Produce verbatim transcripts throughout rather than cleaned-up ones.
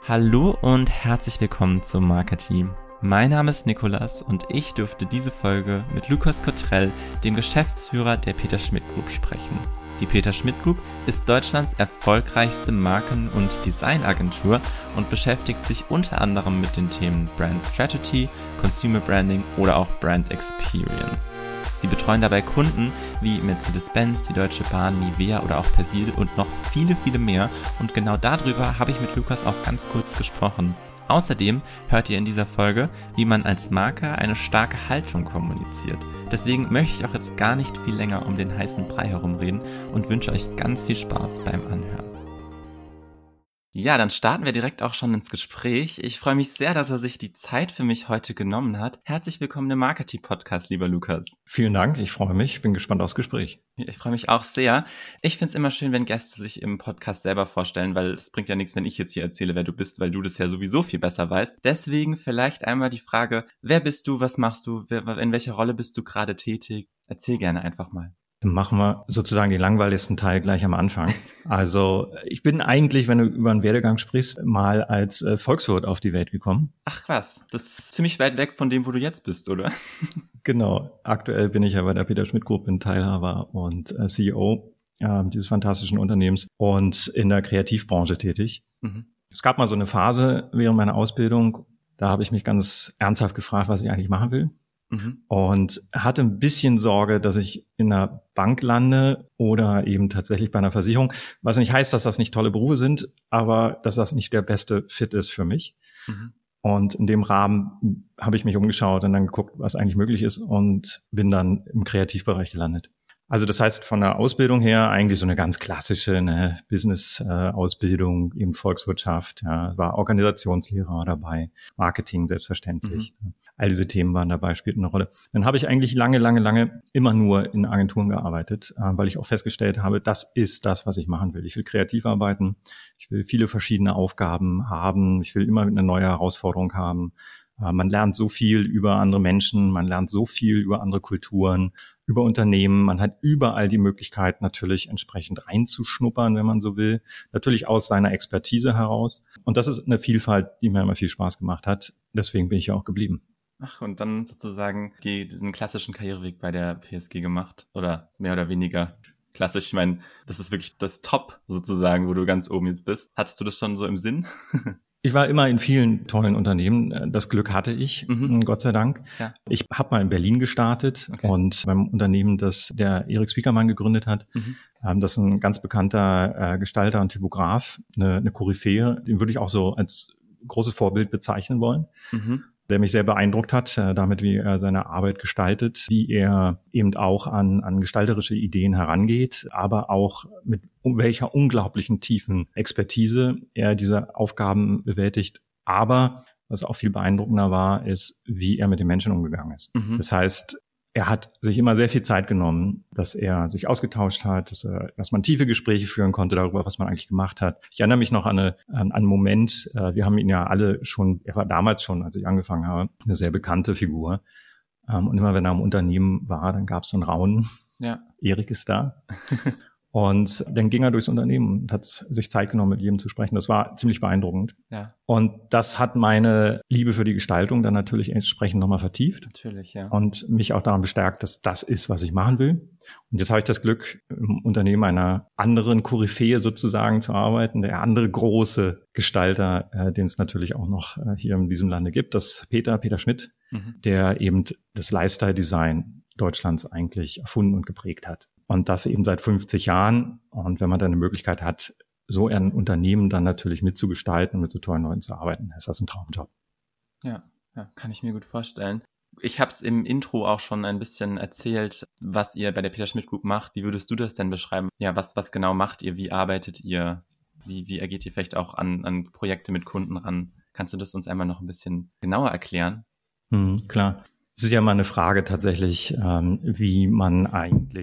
Hallo und herzlich willkommen zum Marketing. Mein Name ist Nikolas und ich durfte diese Folge mit Lukas Cottrell, dem Geschäftsführer der Peter Schmidt Group, sprechen. Die Peter Schmidt Group ist Deutschlands erfolgreichste Marken- und Designagentur und beschäftigt sich unter anderem mit den Themen Brand Strategy, Consumer Branding oder auch Brand Experience. Sie betreuen dabei Kunden wie Mercedes-Benz, die Deutsche Bahn, Nivea oder auch Persil und noch viele, viele mehr. Und genau darüber habe ich mit Lukas auch ganz kurz gesprochen. Außerdem hört ihr in dieser Folge, wie man als Marke eine starke Haltung kommuniziert. Deswegen möchte ich auch jetzt gar nicht viel länger um den heißen Brei herumreden und wünsche euch ganz viel Spaß beim Anhören. Ja, dann starten wir direkt auch schon ins Gespräch. Ich freue mich sehr, dass er sich die Zeit für mich heute genommen hat. Herzlich willkommen im Marketing-Podcast, lieber Lukas. Vielen Dank, ich freue mich, bin gespannt aufs Gespräch. Ich freue mich auch sehr. Ich finde es immer schön, wenn Gäste sich im Podcast selber vorstellen, weil es bringt ja nichts, wenn ich jetzt hier erzähle, wer du bist, weil du das ja sowieso viel besser weißt. Deswegen vielleicht einmal die Frage, wer bist du, was machst du, in welcher Rolle bist du gerade tätig? Erzähl gerne einfach mal. Dann machen wir sozusagen den langweiligsten Teil gleich am Anfang. Also ich bin eigentlich, wenn du über einen Werdegang sprichst, mal als äh, Volkswirt auf die Welt gekommen. Ach was, das ist ziemlich weit weg von dem, wo du jetzt bist, oder? Genau, aktuell bin ich ja bei der Peter Schmidt Group, bin Teilhaber und äh, C E O äh, dieses fantastischen Unternehmens und in der Kreativbranche tätig. Mhm. Es gab mal so eine Phase während meiner Ausbildung, da habe ich mich ganz ernsthaft gefragt, was ich eigentlich machen will. Mhm. Und hatte ein bisschen Sorge, dass ich in einer Bank lande oder eben tatsächlich bei einer Versicherung, was nicht heißt, dass das nicht tolle Berufe sind, aber dass das nicht der beste Fit ist für mich. Mhm. Und in dem Rahmen habe ich mich umgeschaut und dann geguckt, was eigentlich möglich ist und bin dann im Kreativbereich gelandet. Also das heißt von der Ausbildung her eigentlich so eine ganz klassische ne, Business-Ausbildung, eben Volkswirtschaft, ja, war Organisationslehrer dabei, Marketing selbstverständlich. Mhm. All diese Themen waren dabei, spielten eine Rolle. Dann habe ich eigentlich lange, lange, lange immer nur in Agenturen gearbeitet, äh, weil ich auch festgestellt habe, das ist das, was ich machen will. Ich will kreativ arbeiten, ich will viele verschiedene Aufgaben haben, ich will immer eine neue Herausforderung haben. Man lernt so viel über andere Menschen, man lernt so viel über andere Kulturen, über Unternehmen. Man hat überall die Möglichkeit, natürlich entsprechend reinzuschnuppern, wenn man so will. Natürlich aus seiner Expertise heraus. Und das ist eine Vielfalt, die mir immer viel Spaß gemacht hat. Deswegen bin ich ja auch geblieben. Ach, und dann sozusagen die, diesen klassischen Karriereweg bei der P S G gemacht? Oder mehr oder weniger klassisch? Ich meine, das ist wirklich das Top sozusagen, wo du ganz oben jetzt bist. Hattest du das schon so im Sinn? Ich war immer in vielen tollen Unternehmen. Das Glück hatte ich, mhm. Gott sei Dank. Ja. Ich habe mal in Berlin gestartet okay. und beim Unternehmen, das der Erik Spiekermann gegründet hat. Mhm. Das ist ein ganz bekannter Gestalter und Typograf, eine, eine Koryphäe. Den würde ich auch so als großes Vorbild bezeichnen wollen. Mhm. Der mich sehr beeindruckt hat, damit wie er seine Arbeit gestaltet, wie er eben auch an, an gestalterische Ideen herangeht, aber auch mit welcher unglaublichen tiefen Expertise er diese Aufgaben bewältigt. Aber was auch viel beeindruckender war, ist, wie er mit den Menschen umgegangen ist. Mhm. Das heißt, er hat sich immer sehr viel Zeit genommen, dass er sich ausgetauscht hat, dass, er, dass man tiefe Gespräche führen konnte darüber, was man eigentlich gemacht hat. Ich erinnere mich noch an, eine, an einen Moment, wir haben ihn ja alle schon, er war damals schon, als ich angefangen habe, eine sehr bekannte Figur. Und immer wenn er im Unternehmen war, dann gab es so ein Raunen. Ja. Erik ist da. Und dann ging er durchs Unternehmen und hat sich Zeit genommen, mit jedem zu sprechen. Das war ziemlich beeindruckend. Ja. Und das hat meine Liebe für die Gestaltung dann natürlich entsprechend nochmal vertieft. Natürlich, ja. Und mich auch daran bestärkt, dass das ist, was ich machen will. Und jetzt habe ich das Glück, im Unternehmen einer anderen Koryphäe sozusagen zu arbeiten, der andere große Gestalter, äh, den es natürlich auch noch äh, hier in diesem Lande gibt, das Peter, Peter Schmidt, mhm. der eben das Lifestyle-Design Deutschlands eigentlich erfunden und geprägt hat. Und das eben seit fünfzig Jahren. Und wenn man dann eine Möglichkeit hat, so ein Unternehmen dann natürlich mitzugestalten und mit so tollen Leuten zu arbeiten, ist das ein Traumjob. Ja, ja, kann ich mir gut vorstellen. Ich habe es im Intro auch schon ein bisschen erzählt, was ihr bei der Peter Schmidt Group macht. Wie würdest du das denn beschreiben? Ja, was was genau macht ihr? Wie arbeitet ihr? Wie wie ergeht ihr vielleicht auch an an Projekte mit Kunden ran? Kannst du das uns einmal noch ein bisschen genauer erklären? Hm, klar. Es ist ja mal eine Frage tatsächlich, ähm, wie man eigentlich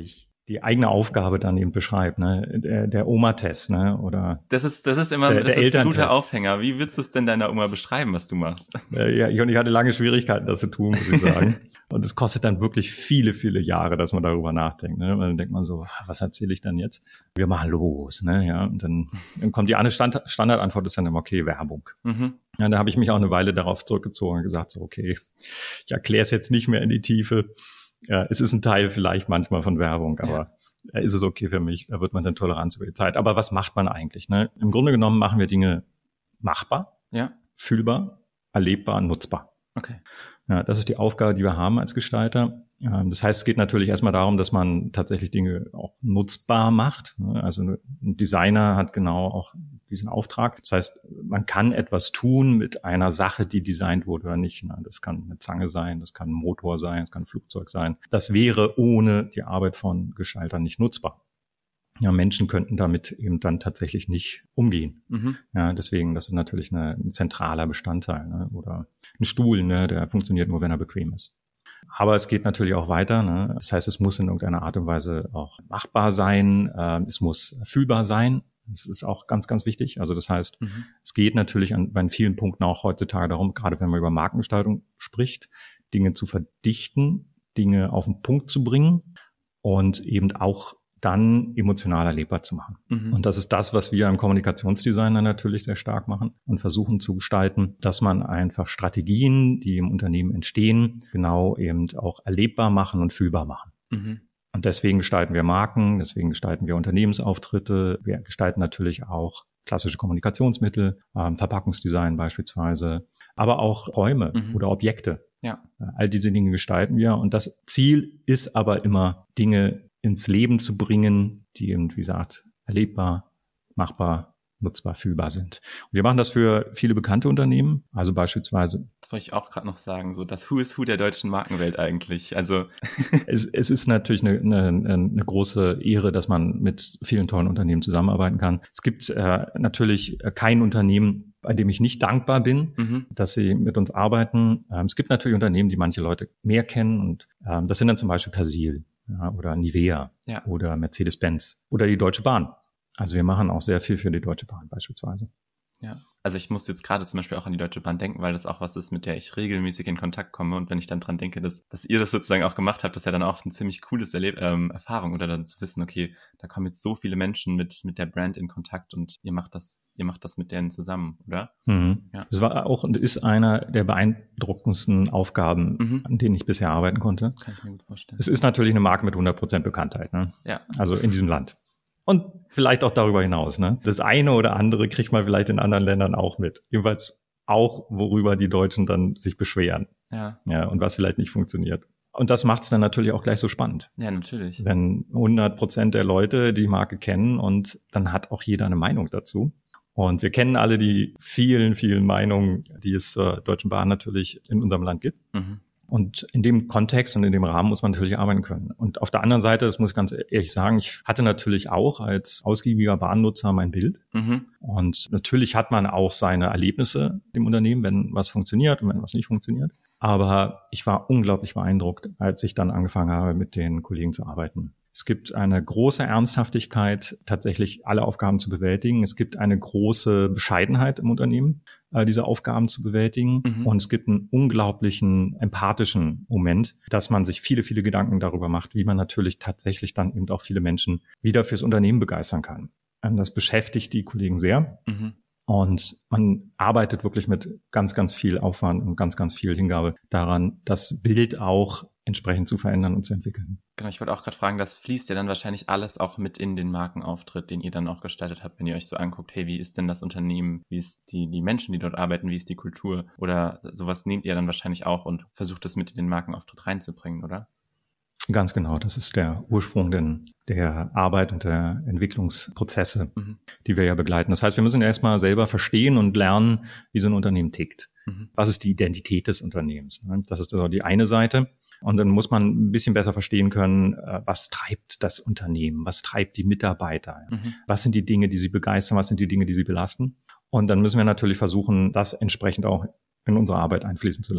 die eigene Aufgabe dann eben beschreibt, ne? Der, der Oma-Test, ne? Oder das ist das ist immer der, das der ist ein guter Aufhänger. Wie würdest du es denn deiner Oma beschreiben, was du machst? Ja, ich, und ich hatte lange Schwierigkeiten, das zu tun, muss ich sagen. Und es kostet dann wirklich viele, viele Jahre, dass man darüber nachdenkt. Ne? Und dann denkt man so, was erzähle ich denn jetzt? Wir machen los, ne? Ja. Und dann, dann kommt die eine Stand, Standardantwort ist dann immer, okay, Werbung. Mhm. Ja, da habe ich mich auch eine Weile darauf zurückgezogen und gesagt, so, okay, ich erkläre es jetzt nicht mehr in die Tiefe. Ja, es ist ein Teil vielleicht manchmal von Werbung, aber ja. Ist es okay für mich, da wird man dann tolerant über die Zeit. Aber was macht man eigentlich? Ne? Im Grunde genommen machen wir Dinge machbar, ja. fühlbar, erlebbar, nutzbar. Okay. Ja, das ist die Aufgabe, die wir haben als Gestalter. Das heißt, es geht natürlich erstmal darum, dass man tatsächlich Dinge auch nutzbar macht. Also ein Designer hat genau auch diesen Auftrag. Das heißt, man kann etwas tun mit einer Sache, die designt wurde oder nicht. Das kann eine Zange sein, das kann ein Motor sein, das kann ein Flugzeug sein. Das wäre ohne die Arbeit von Gestaltern nicht nutzbar. Ja, Menschen könnten damit eben dann tatsächlich nicht umgehen. Mhm. Ja, deswegen, das ist natürlich eine, ein zentraler Bestandteil, ne? Oder ein Stuhl, ne? Der funktioniert nur, wenn er bequem ist. Aber es geht natürlich auch weiter, ne? Das heißt, es muss in irgendeiner Art und Weise auch machbar sein, äh, es muss fühlbar sein. Das ist auch ganz, ganz wichtig. Also das heißt, mhm. es geht natürlich an, bei vielen Punkten auch heutzutage darum, gerade wenn man über Markengestaltung spricht, Dinge zu verdichten, Dinge auf den Punkt zu bringen und eben auch dann emotional erlebbar zu machen. Mhm. Und das ist das, was wir im Kommunikationsdesign dann natürlich sehr stark machen und versuchen zu gestalten, dass man einfach Strategien, die im Unternehmen entstehen, genau eben auch erlebbar machen und fühlbar machen. Mhm. Und deswegen gestalten wir Marken, deswegen gestalten wir Unternehmensauftritte, wir gestalten natürlich auch klassische Kommunikationsmittel, ähm, Verpackungsdesign beispielsweise, aber auch Räume mhm. oder Objekte. Ja. All diese Dinge gestalten wir und das Ziel ist aber immer, Dinge ins Leben zu bringen, die eben, wie gesagt, erlebbar, machbar, nutzbar, fühlbar sind. Und wir machen das für viele bekannte Unternehmen, also beispielsweise. Das wollte ich auch gerade noch sagen, so das Who is Who der deutschen Markenwelt eigentlich. Also es, es ist natürlich eine, eine, eine große Ehre, dass man mit vielen tollen Unternehmen zusammenarbeiten kann. Es gibt äh, natürlich kein Unternehmen, bei dem ich nicht dankbar bin, mhm. dass sie mit uns arbeiten. Ähm, es gibt natürlich Unternehmen, die manche Leute mehr kennen und ähm, das sind dann zum Beispiel Persil. Ja, oder Nivea ja. oder Mercedes-Benz oder die Deutsche Bahn. Also wir machen auch sehr viel für die Deutsche Bahn beispielsweise. Ja, also ich muss jetzt gerade zum Beispiel auch an die Deutsche Bahn denken, weil das auch was ist, mit der ich regelmäßig in Kontakt komme und wenn ich dann dran denke, dass dass ihr das sozusagen auch gemacht habt, das ist ja dann auch ein ziemlich cooles Erleb- ähm, Erfahrung oder dann zu wissen, okay, da kommen jetzt so viele Menschen mit mit der Brand in Kontakt und ihr macht das Ihr macht das mit denen zusammen, oder? Mhm. Ja. Das war auch und ist einer der beeindruckendsten Aufgaben, mhm. an denen ich bisher arbeiten konnte. Kann ich mir gut vorstellen. Es ist natürlich eine Marke mit hundert Prozent Bekanntheit, ne? Ja. Also in diesem Land. Und vielleicht auch darüber hinaus, ne? Das eine oder andere kriegt man vielleicht in anderen Ländern auch mit. Jedenfalls auch, worüber die Deutschen dann sich beschweren. Ja. Ja, und was vielleicht nicht funktioniert. Und das macht es dann natürlich auch gleich so spannend. Ja, natürlich. Wenn hundert Prozent der Leute die Marke kennen und dann hat auch jeder eine Meinung dazu. Und wir kennen alle die vielen, vielen Meinungen, die es zur Deutschen Bahn natürlich in unserem Land gibt. Mhm. Und in dem Kontext und in dem Rahmen muss man natürlich arbeiten können. Und auf der anderen Seite, das muss ich ganz ehrlich sagen, ich hatte natürlich auch als ausgiebiger Bahnnutzer mein Bild. Mhm. Und natürlich hat man auch seine Erlebnisse im Unternehmen, wenn was funktioniert und wenn was nicht funktioniert. Aber ich war unglaublich beeindruckt, als ich dann angefangen habe, mit den Kollegen zu arbeiten. Es gibt eine große Ernsthaftigkeit, tatsächlich alle Aufgaben zu bewältigen. Es gibt eine große Bescheidenheit im Unternehmen, äh, diese Aufgaben zu bewältigen. Mhm. Und es gibt einen unglaublichen empathischen Moment, dass man sich viele, viele Gedanken darüber macht, wie man natürlich tatsächlich dann eben auch viele Menschen wieder fürs Unternehmen begeistern kann. Ähm, das beschäftigt die Kollegen sehr. Mhm. Und man arbeitet wirklich mit ganz, ganz viel Aufwand und ganz, ganz viel Hingabe daran, das Bild auch entsprechend zu verändern und zu entwickeln. Genau, ich wollte auch gerade fragen, das fließt ja dann wahrscheinlich alles auch mit in den Markenauftritt, den ihr dann auch gestaltet habt, wenn ihr euch so anguckt, hey, wie ist denn das Unternehmen, wie ist die die Menschen, die dort arbeiten, wie ist die Kultur oder sowas nehmt ihr dann wahrscheinlich auch und versucht das mit in den Markenauftritt reinzubringen, oder? Ganz genau, das ist der Ursprung denn der Arbeit und der Entwicklungsprozesse, mhm. die wir ja begleiten. Das heißt, wir müssen erstmal selber verstehen und lernen, wie so ein Unternehmen tickt. Mhm. Was ist die Identität des Unternehmens? Das ist also die eine Seite. Und dann muss man ein bisschen besser verstehen können, was treibt das Unternehmen? Was treibt die Mitarbeiter? Mhm. Was sind die Dinge, die sie begeistern? Was sind die Dinge, die sie belasten? Und dann müssen wir natürlich versuchen, das entsprechend auch in unsere Arbeit einfließen zu lassen.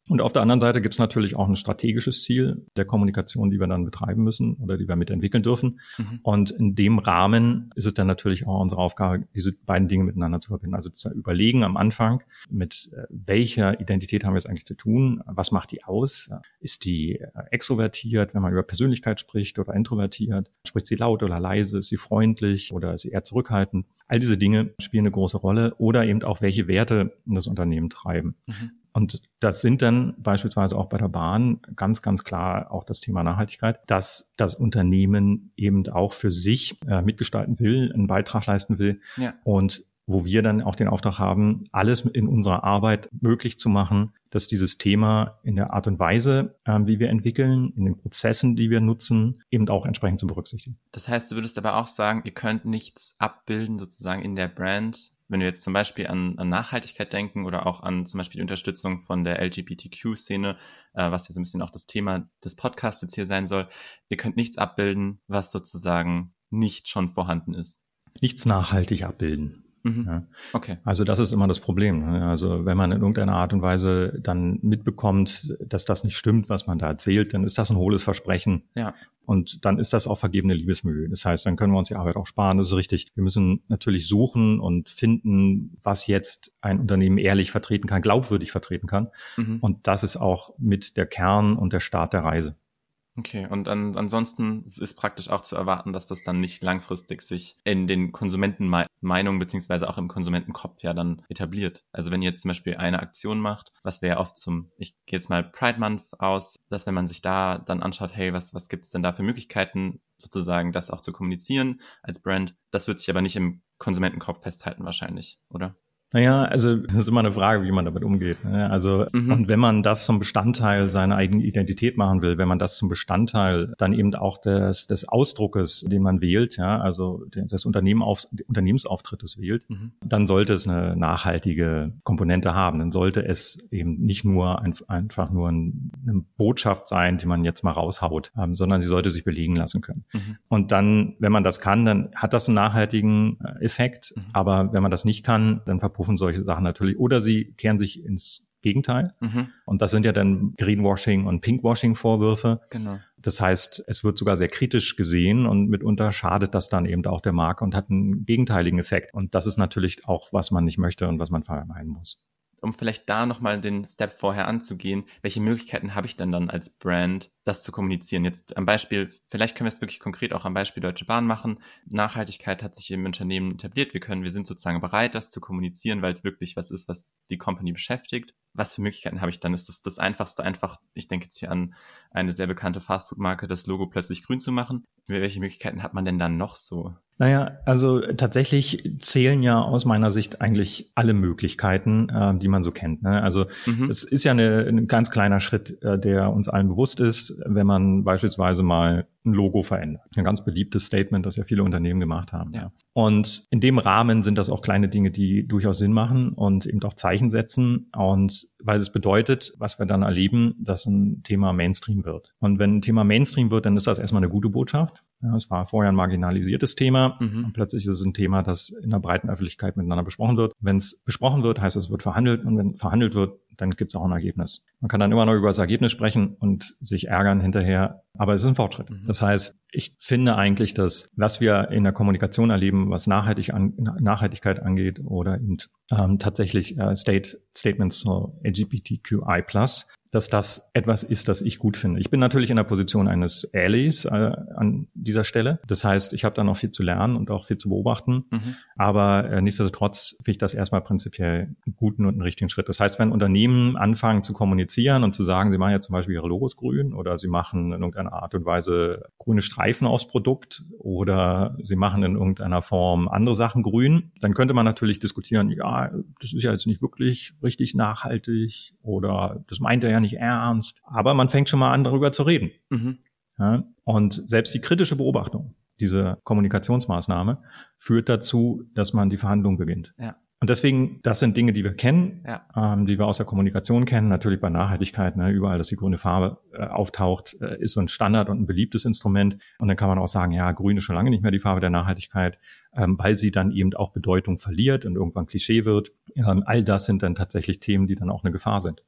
Und auf der anderen Seite gibt es natürlich auch ein strategisches Ziel der Kommunikation, die wir dann betreiben müssen oder die wir mitentwickeln dürfen. Mhm. Und in dem Rahmen ist es dann natürlich auch unsere Aufgabe, diese beiden Dinge miteinander zu verbinden. Also zu überlegen am Anfang, mit welcher Identität haben wir es eigentlich zu tun? Was macht die aus? Ist die extrovertiert, wenn man über Persönlichkeit spricht, oder introvertiert? Spricht sie laut oder leise? Ist sie freundlich oder ist sie eher zurückhaltend? All diese Dinge spielen eine große Rolle. Oder eben auch, welche Werte das Unternehmen treiben. Mhm. Und das sind dann beispielsweise auch bei der Bahn ganz, ganz klar auch das Thema Nachhaltigkeit, dass das Unternehmen eben auch für sich äh, mitgestalten will, einen Beitrag leisten will. Ja. Und wo wir dann auch den Auftrag haben, alles in unserer Arbeit möglich zu machen, dass dieses Thema in der Art und Weise, äh, wie wir entwickeln, in den Prozessen, die wir nutzen, eben auch entsprechend zu berücksichtigen. Das heißt, du würdest aber auch sagen, ihr könnt nichts abbilden sozusagen in der Brand, wenn wir jetzt zum Beispiel an, an Nachhaltigkeit denken oder auch an zum Beispiel die Unterstützung von der L G B T Q-Szene, äh, was ja so ein bisschen auch das Thema des Podcasts jetzt hier sein soll, ihr könnt nichts abbilden, was sozusagen nicht schon vorhanden ist. Nichts nachhaltig abbilden. Mhm. Ja. Okay. Also das ist immer das Problem. Also wenn man in irgendeiner Art und Weise dann mitbekommt, dass das nicht stimmt, was man da erzählt, dann ist das ein hohles Versprechen. Ja. Und dann ist das auch vergebene Liebesmühe. Das heißt, dann können wir uns die Arbeit auch sparen. Das ist richtig. Wir müssen natürlich suchen und finden, was jetzt ein Unternehmen ehrlich vertreten kann, glaubwürdig vertreten kann. Mhm. Und das ist auch mit der Kern und der Start der Reise. Okay, und an, ansonsten ist praktisch auch zu erwarten, dass das dann nicht langfristig sich in den Konsumentenmeinungen beziehungsweise auch im Konsumentenkopf ja dann etabliert. Also wenn ihr jetzt zum Beispiel eine Aktion macht, was wäre oft zum, ich gehe jetzt mal Pride Month aus, dass wenn man sich da dann anschaut, hey, was was gibt es denn da für Möglichkeiten, sozusagen das auch zu kommunizieren als Brand, das wird sich aber nicht im Konsumentenkopf festhalten wahrscheinlich, oder? Naja, also das ist immer eine Frage, wie man damit umgeht. Ne? Also mhm. Und wenn man das zum Bestandteil seiner eigenen Identität machen will, wenn man das zum Bestandteil dann eben auch des, des Ausdruckes, den man wählt, ja, also des Unternehmen auf, Unternehmensauftrittes wählt, mhm. dann sollte es eine nachhaltige Komponente haben. Dann sollte es eben nicht nur ein, einfach nur ein, eine Botschaft sein, die man jetzt mal raushaut, ähm, sondern sie sollte sich belegen lassen können. Mhm. Und dann, wenn man das kann, dann hat das einen nachhaltigen Effekt. Mhm. Aber wenn man das nicht kann, dann verpuffen solche Sachen natürlich. Oder sie kehren sich ins Gegenteil. Mhm. Und das sind ja dann Greenwashing- und Pinkwashing-Vorwürfe. Genau. Das heißt, es wird sogar sehr kritisch gesehen und mitunter schadet das dann eben auch der Marke und hat einen gegenteiligen Effekt. Und das ist natürlich auch, was man nicht möchte und was man vermeiden muss. Um vielleicht da nochmal den Step vorher anzugehen, welche Möglichkeiten habe ich denn dann als Brand, das zu kommunizieren? Jetzt am Beispiel, vielleicht können wir es wirklich konkret auch am Beispiel Deutsche Bahn machen. Nachhaltigkeit hat sich im Unternehmen etabliert. Wir können, wir sind sozusagen bereit, das zu kommunizieren, weil es wirklich was ist, was die Company beschäftigt. Was für Möglichkeiten habe ich dann? Ist das das Einfachste einfach, ich denke jetzt hier an eine sehr bekannte Fastfood-Marke, das Logo plötzlich grün zu machen? Welche Möglichkeiten hat man denn dann noch so? Naja, also tatsächlich zählen ja aus meiner Sicht eigentlich alle Möglichkeiten, äh, die man so kennt. Ne? Also mhm. es ist ja eine, ein ganz kleiner Schritt, äh, der uns allen bewusst ist, wenn man beispielsweise mal ein Logo verändert. Ein ganz beliebtes Statement, das ja viele Unternehmen gemacht haben. Ja. Und in dem Rahmen sind das auch kleine Dinge, die durchaus Sinn machen und eben auch Zeichen setzen. Und weil es bedeutet, was wir dann erleben, dass ein Thema Mainstream wird. Und wenn ein Thema Mainstream wird, dann ist das erstmal eine gute Botschaft. Ja, es war vorher ein marginalisiertes Thema mhm. und plötzlich ist es ein Thema, das in der breiten Öffentlichkeit miteinander besprochen wird. Wenn es besprochen wird, heißt es, es wird verhandelt und wenn verhandelt wird, dann gibt es auch ein Ergebnis. Man kann dann immer noch über das Ergebnis sprechen und sich ärgern hinterher, aber es ist ein Fortschritt. Mhm. Das heißt, ich finde eigentlich, dass was wir in der Kommunikation erleben, was Nachhaltig an, Nachhaltigkeit angeht oder eben ähm, tatsächlich äh, State Statements zur L G B T Q I plus, dass das etwas ist, das ich gut finde. Ich bin natürlich in der Position eines Allies äh, an dieser Stelle. Das heißt, ich habe da noch viel zu lernen und auch viel zu beobachten. Mhm. Aber äh, nichtsdestotrotz finde ich das erstmal prinzipiell einen guten und einen richtigen Schritt. Das heißt, wenn Unternehmen anfangen zu kommunizieren und zu sagen, sie machen ja zum Beispiel ihre Logos grün oder sie machen in irgendeiner Art und Weise grüne Streifen aufs Produkt oder sie machen in irgendeiner Form andere Sachen grün, dann könnte man natürlich diskutieren, ja, das ist ja jetzt nicht wirklich richtig nachhaltig oder das meint er ja nicht ernst. Aber man fängt schon mal an, darüber zu reden. Mhm. Ja, und selbst die kritische Beobachtung, diese Kommunikationsmaßnahme, führt dazu, dass man die Verhandlung beginnt. Ja. Und deswegen, das sind Dinge, die wir kennen, ja. ähm, die wir aus der Kommunikation kennen. Natürlich bei Nachhaltigkeit, ne, überall, dass die grüne Farbe äh, auftaucht, äh, ist so ein Standard und ein beliebtes Instrument. Und dann kann man auch sagen, ja, grün ist schon lange nicht mehr die Farbe der Nachhaltigkeit, ähm, weil sie dann eben auch Bedeutung verliert und irgendwann Klischee wird. Ähm, all das sind dann tatsächlich Themen, die dann auch eine Gefahr sind.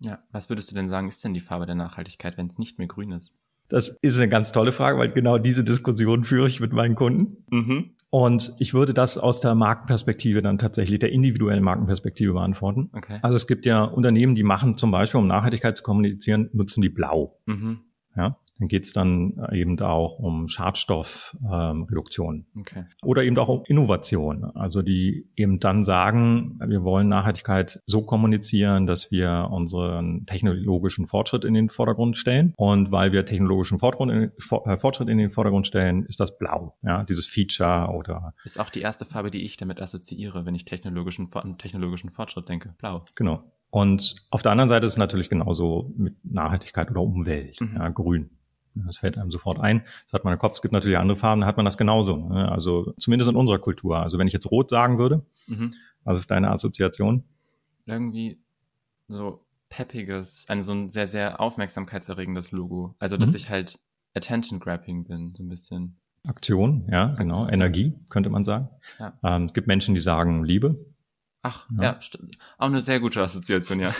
Ja, was würdest du denn sagen, ist denn die Farbe der Nachhaltigkeit, wenn es nicht mehr grün ist? Das ist eine ganz tolle Frage, weil genau diese Diskussion führe ich mit meinen Kunden. Mhm. Und ich würde das aus der Markenperspektive dann tatsächlich, der individuellen Markenperspektive beantworten. Okay. Also es gibt ja Unternehmen, die machen zum Beispiel, um Nachhaltigkeit zu kommunizieren, nutzen die blau. Mhm. Ja, dann geht's dann eben auch um Schadstoffreduktion. Ähm, okay. Oder eben auch um Innovation. Also die eben dann sagen, wir wollen Nachhaltigkeit so kommunizieren, dass wir unseren technologischen Fortschritt in den Vordergrund stellen. Und weil wir technologischen Fortschritt in, äh, Fortschritt in den Vordergrund stellen, ist das blau. Ja, dieses Feature oder... Ist auch die erste Farbe, die ich damit assoziiere, wenn ich technologischen, technologischen Fortschritt denke. Blau. Genau. Und auf der anderen Seite ist es natürlich genauso mit Nachhaltigkeit oder Umwelt, mhm. ja, grün. Das fällt einem sofort ein. Das hat man im Kopf. Es gibt natürlich andere Farben, da hat man das genauso. Also zumindest in unserer Kultur. Also wenn ich jetzt rot sagen würde, mhm. was ist deine Assoziation? Irgendwie so peppiges, ein so ein sehr, sehr aufmerksamkeitserregendes Logo. Also dass mhm. ich halt Attention-Grabbing bin, so ein bisschen. Aktion, ja, genau. Aktion. Energie, könnte man sagen. Ja. Ähm, es gibt Menschen, die sagen Liebe. Ach, ja, ja stimmt. Auch eine sehr gute Assoziation, ja.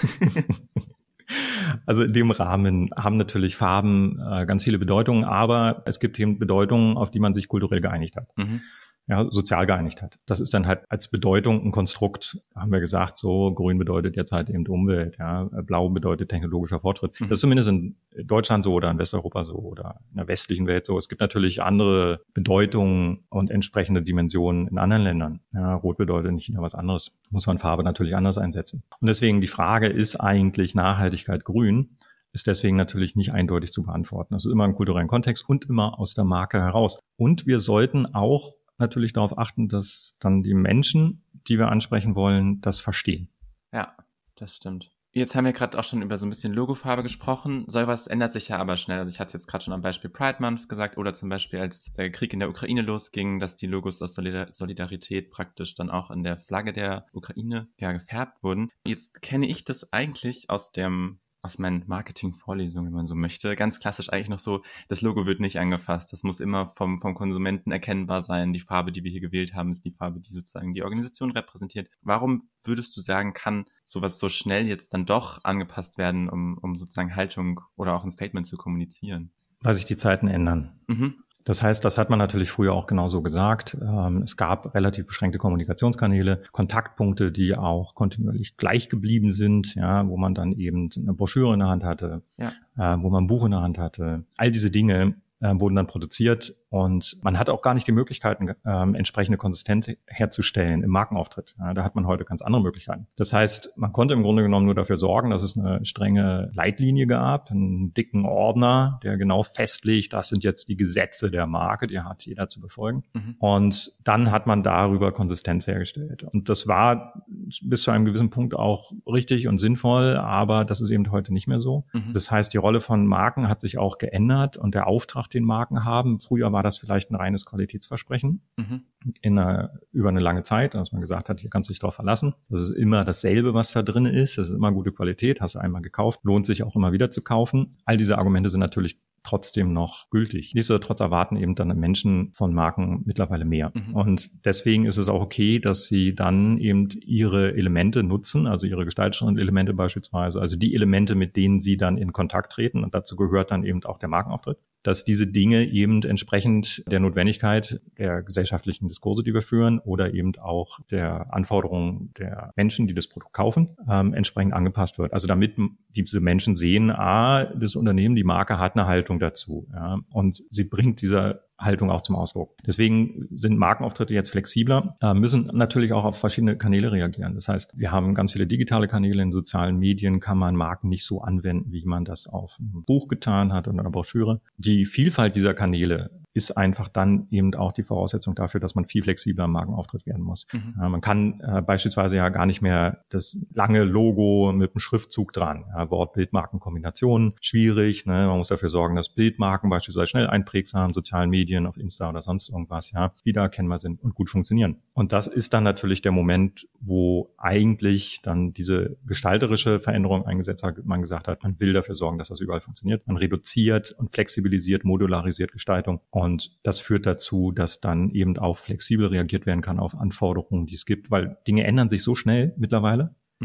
Also in dem Rahmen haben natürlich Farben äh, ganz viele Bedeutungen, aber es gibt eben Bedeutungen, auf die man sich kulturell geeinigt hat. Mhm. Ja, sozial geeinigt hat. Das ist dann halt als Bedeutung ein Konstrukt, haben wir gesagt, so grün bedeutet jetzt halt eben Umwelt, ja, blau bedeutet technologischer Fortschritt. Mhm. Das ist zumindest in Deutschland so oder in Westeuropa so oder in der westlichen Welt so. Es gibt natürlich andere Bedeutungen und entsprechende Dimensionen in anderen Ländern. Ja, rot bedeutet in China was anderes. Muss man Farbe natürlich anders einsetzen. Und deswegen die Frage, ist eigentlich Nachhaltigkeit grün? Ist deswegen natürlich nicht eindeutig zu beantworten. Das ist immer im kulturellen Kontext und immer aus der Marke heraus. Und wir sollten auch natürlich darauf achten, dass dann die Menschen, die wir ansprechen wollen, das verstehen. Ja, das stimmt. Jetzt haben wir gerade auch schon über so ein bisschen Logofarbe gesprochen. Sowas ändert sich ja aber schnell. Also ich hatte jetzt gerade schon am Beispiel Pride Month gesagt oder zum Beispiel, als der Krieg in der Ukraine losging, dass die Logos aus Solidarität praktisch dann auch in der Flagge der Ukraine ja gefärbt wurden. Jetzt kenne ich das eigentlich aus dem aus meinen Marketing-Vorlesungen, wenn man so möchte, ganz klassisch eigentlich noch so, das Logo wird nicht angefasst. Das muss immer vom vom Konsumenten erkennbar sein. Die Farbe, die wir hier gewählt haben, ist die Farbe, die sozusagen die Organisation repräsentiert. Warum würdest du sagen, kann sowas so schnell jetzt dann doch angepasst werden, um um sozusagen Haltung oder auch ein Statement zu kommunizieren? Weil sich die Zeiten ändern. Mhm. Das heißt, das hat man natürlich früher auch genauso gesagt. Es gab relativ beschränkte Kommunikationskanäle, Kontaktpunkte, die auch kontinuierlich gleich geblieben sind, ja, wo man dann eben eine Broschüre in der Hand hatte, ja. wo man ein Buch in der Hand hatte. All diese Dinge äh, wurden dann produziert und man hat auch gar nicht die Möglichkeiten, ähm, entsprechende Konsistenz herzustellen im Markenauftritt. Ja, da hat man heute ganz andere Möglichkeiten. Das heißt, man konnte im Grunde genommen nur dafür sorgen, dass es eine strenge Leitlinie gab, einen dicken Ordner, der genau festlegt, das sind jetzt die Gesetze der Marke, die hat jeder zu befolgen. Mhm. Und dann hat man darüber Konsistenz hergestellt. Und das war bis zu einem gewissen Punkt auch richtig und sinnvoll, aber das ist eben heute nicht mehr so. Mhm. Das heißt, die Rolle von Marken hat sich auch geändert und der Auftrag, den Marken haben, früher war das vielleicht ein reines Qualitätsversprechen mhm. in einer, über eine lange Zeit, dass man gesagt hat, hier kannst du dich drauf verlassen. Das ist immer dasselbe, was da drin ist. Das ist immer gute Qualität, hast du einmal gekauft, lohnt sich auch immer wieder zu kaufen. All diese Argumente sind natürlich trotzdem noch gültig. Nichtsdestotrotz erwarten eben dann Menschen von Marken mittlerweile mehr. Mhm. Und deswegen ist es auch okay, dass sie dann eben ihre Elemente nutzen, also ihre gestalterischen Elemente beispielsweise, also die Elemente, mit denen sie dann in Kontakt treten. Und dazu gehört dann eben auch der Markenauftritt, dass diese Dinge eben entsprechend der Notwendigkeit der gesellschaftlichen Diskurse, die wir führen, oder eben auch der Anforderungen der Menschen, die das Produkt kaufen, ähm, entsprechend angepasst wird. Also damit diese Menschen sehen, ah, das Unternehmen, die Marke hat eine Haltung dazu, ja, und sie bringt diese Haltung auch zum Ausdruck. Deswegen sind Markenauftritte jetzt flexibler, äh, müssen natürlich auch auf verschiedene Kanäle reagieren. Das heißt, wir haben ganz viele digitale Kanäle, in sozialen Medien kann man Marken nicht so anwenden, wie man das auf einem Buch getan hat oder einer Broschüre. Die Vielfalt dieser Kanäle ist einfach dann eben auch die Voraussetzung dafür, dass man viel flexibler im Markenauftritt werden muss. Mhm. Ja, man kann äh, beispielsweise ja gar nicht mehr das lange Logo mit einem Schriftzug dran. Ja, Wort-Bild-Marken-Kombinationen, schwierig. Ne? Man muss dafür sorgen, dass Bildmarken beispielsweise schnell einprägsam, sozialen Medien, auf Insta oder sonst irgendwas, ja, wiedererkennbar sind und gut funktionieren. Und das ist dann natürlich der Moment, wo eigentlich dann diese gestalterische Veränderung eingesetzt hat, man gesagt hat, man will dafür sorgen, dass das überall funktioniert. Man reduziert und flexibilisiert, modularisiert Gestaltung. Und das führt dazu, dass dann eben auch flexibel reagiert werden kann auf Anforderungen, die es gibt, weil Dinge ändern sich so schnell mittlerweile. Mhm.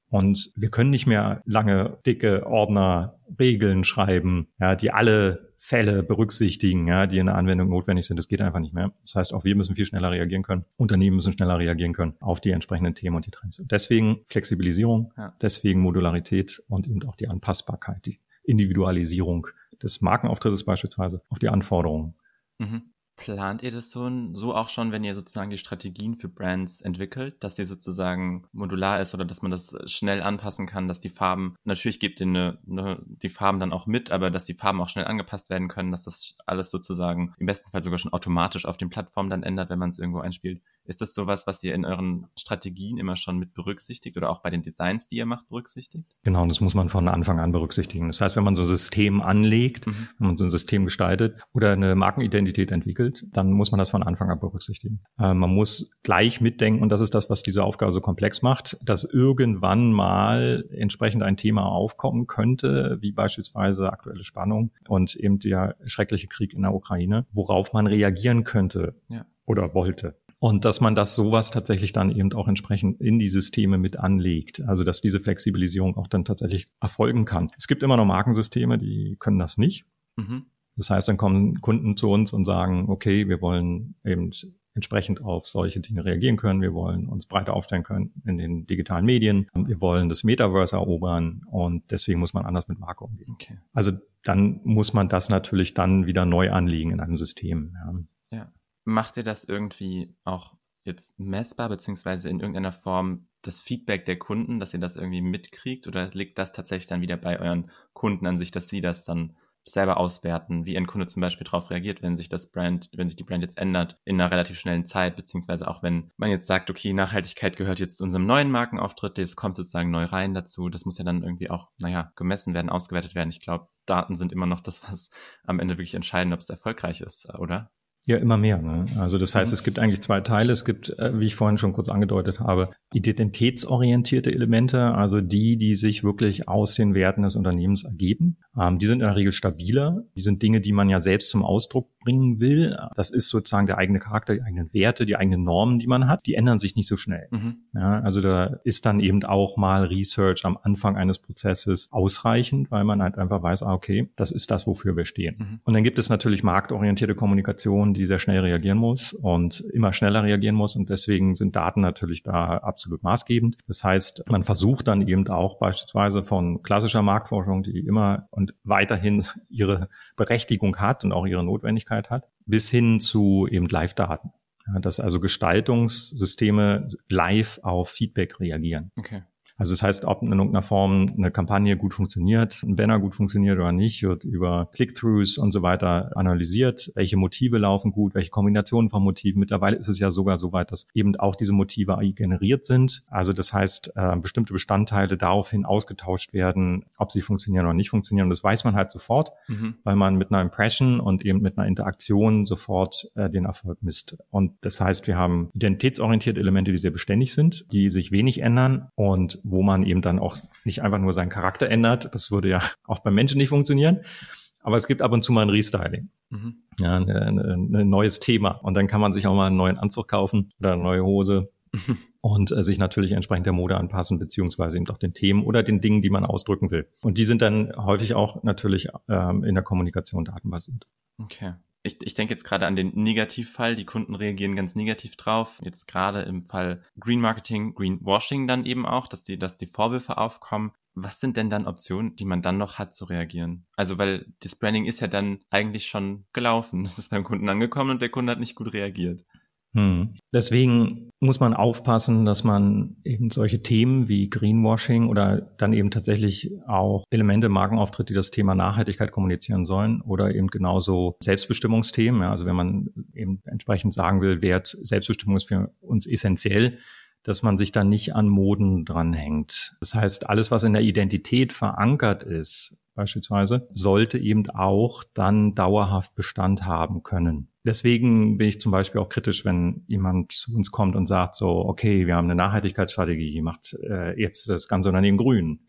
Und wir können nicht mehr lange, dicke Ordner, Regeln schreiben, ja, die alle Fälle berücksichtigen, ja, die in der Anwendung notwendig sind. Das geht einfach nicht mehr. Das heißt, auch wir müssen viel schneller reagieren können. Unternehmen müssen schneller reagieren können auf die entsprechenden Themen und die Trends. Und deswegen Flexibilisierung, ja. deswegen Modularität und eben auch die Anpassbarkeit, die Individualisierung des Markenauftrittes beispielsweise auf die Anforderungen. Mhm. Plant ihr das so, so auch schon, wenn ihr sozusagen die Strategien für Brands entwickelt, dass sie sozusagen modular ist oder dass man das schnell anpassen kann, dass die Farben, natürlich gebt ihr eine, eine, die Farben dann auch mit, aber dass die Farben auch schnell angepasst werden können, dass das alles sozusagen im besten Fall sogar schon automatisch auf den Plattformen dann ändert, wenn man es irgendwo einspielt. Ist das sowas, was ihr in euren Strategien immer schon mit berücksichtigt oder auch bei den Designs, die ihr macht, berücksichtigt? Genau, das muss man von Anfang an berücksichtigen. Das heißt, wenn man so ein System anlegt, mhm. wenn man so ein System gestaltet oder eine Markenidentität entwickelt, dann muss man das von Anfang an berücksichtigen. Äh, man muss gleich mitdenken, und das ist das, was diese Aufgabe so komplex macht, dass irgendwann mal entsprechend ein Thema aufkommen könnte, wie beispielsweise aktuelle Spannung und eben der schreckliche Krieg in der Ukraine, worauf man reagieren könnte ja. oder wollte. Und dass man das sowas tatsächlich dann eben auch entsprechend in die Systeme mit anlegt. Also dass diese Flexibilisierung auch dann tatsächlich erfolgen kann. Es gibt immer noch Markensysteme, die können das nicht. Mhm. Das heißt, dann kommen Kunden zu uns und sagen, okay, wir wollen eben entsprechend auf solche Dinge reagieren können. Wir wollen uns breiter aufstellen können in den digitalen Medien. Wir wollen das Metaverse erobern und deswegen muss man anders mit Marke umgehen. Okay. Also dann muss man das natürlich dann wieder neu anlegen in einem System. Ja. ja. Macht ihr das irgendwie auch jetzt messbar, beziehungsweise in irgendeiner Form das Feedback der Kunden, dass ihr das irgendwie mitkriegt, oder liegt das tatsächlich dann wieder bei euren Kunden an sich, dass sie das dann selber auswerten, wie ein Kunde zum Beispiel darauf reagiert, wenn sich das Brand, wenn sich die Brand jetzt ändert in einer relativ schnellen Zeit, beziehungsweise auch wenn man jetzt sagt, okay, Nachhaltigkeit gehört jetzt zu unserem neuen Markenauftritt, das kommt sozusagen neu rein dazu, das muss ja dann irgendwie auch, naja, gemessen werden, ausgewertet werden. Ich glaube, Daten sind immer noch das, was am Ende wirklich entscheiden, ob es erfolgreich ist, oder? Ja, immer mehr. Ne? Also das heißt, mhm. es gibt eigentlich zwei Teile. Es gibt, wie ich vorhin schon kurz angedeutet habe, identitätsorientierte Elemente, also die, die sich wirklich aus den Werten des Unternehmens ergeben. Ähm, die sind in der Regel stabiler. Die sind Dinge, die man ja selbst zum Ausdruck bringen will. Das ist sozusagen der eigene Charakter, die eigenen Werte, die eigenen Normen, die man hat. Die ändern sich nicht so schnell. Mhm. Ja, also da ist dann eben auch mal Research am Anfang eines Prozesses ausreichend, weil man halt einfach weiß, ah, okay, das ist das, wofür wir stehen. Mhm. Und dann gibt es natürlich marktorientierte Kommunikation, die sehr schnell reagieren muss und immer schneller reagieren muss. Und deswegen sind Daten natürlich da absolut maßgebend. Das heißt, man versucht dann eben auch beispielsweise von klassischer Marktforschung, die immer und weiterhin ihre Berechtigung hat und auch ihre Notwendigkeit hat, bis hin zu eben Live-Daten. Ja, dass also Gestaltungssysteme live auf Feedback reagieren. Okay. Also das heißt, ob in irgendeiner Form eine Kampagne gut funktioniert, ein Banner gut funktioniert oder nicht, wird über Click-Throughs und so weiter analysiert. Welche Motive laufen gut, welche Kombinationen von Motiven. Mittlerweile ist es ja sogar so weit, dass eben auch diese Motive A I generiert sind. Also das heißt, äh, bestimmte Bestandteile daraufhin ausgetauscht werden, ob sie funktionieren oder nicht funktionieren. Und das weiß man halt sofort, mhm. weil man mit einer Impression und eben mit einer Interaktion sofort äh, den Erfolg misst. Und das heißt, wir haben identitätsorientierte Elemente, die sehr beständig sind, die sich wenig ändern und wo man eben dann auch nicht einfach nur seinen Charakter ändert. Das würde ja auch beim Menschen nicht funktionieren. Aber es gibt ab und zu mal ein Restyling. Mhm. Ja, ein, ein, ein neues Thema. Und dann kann man sich auch mal einen neuen Anzug kaufen oder eine neue Hose mhm. und äh, sich natürlich entsprechend der Mode anpassen, beziehungsweise eben auch den Themen oder den Dingen, die man ausdrücken will. Und die sind dann häufig auch natürlich ähm, in der Kommunikation datenbasiert. Okay. Ich, ich denke jetzt gerade an den Negativfall. Die Kunden reagieren ganz negativ drauf. Jetzt gerade im Fall Green Marketing, Greenwashing dann eben auch, dass die, dass die Vorwürfe aufkommen. Was sind denn dann Optionen, die man dann noch hat zu reagieren? Also, weil das Branding ist ja dann eigentlich schon gelaufen. Das ist beim Kunden angekommen und der Kunde hat nicht gut reagiert. Hm. Deswegen muss man aufpassen, dass man eben solche Themen wie Greenwashing oder dann eben tatsächlich auch Elemente im Markenauftritt, die das Thema Nachhaltigkeit kommunizieren sollen, oder eben genauso Selbstbestimmungsthemen. Ja, also wenn man eben entsprechend sagen will, Wert Selbstbestimmung ist für uns essentiell, dass man sich da nicht an Moden dranhängt. Das heißt, alles, was in der Identität verankert ist, beispielsweise, sollte eben auch dann dauerhaft Bestand haben können. Deswegen bin ich zum Beispiel auch kritisch, wenn jemand zu uns kommt und sagt so, okay, wir haben eine Nachhaltigkeitsstrategie, macht äh, jetzt das ganze Unternehmen grün.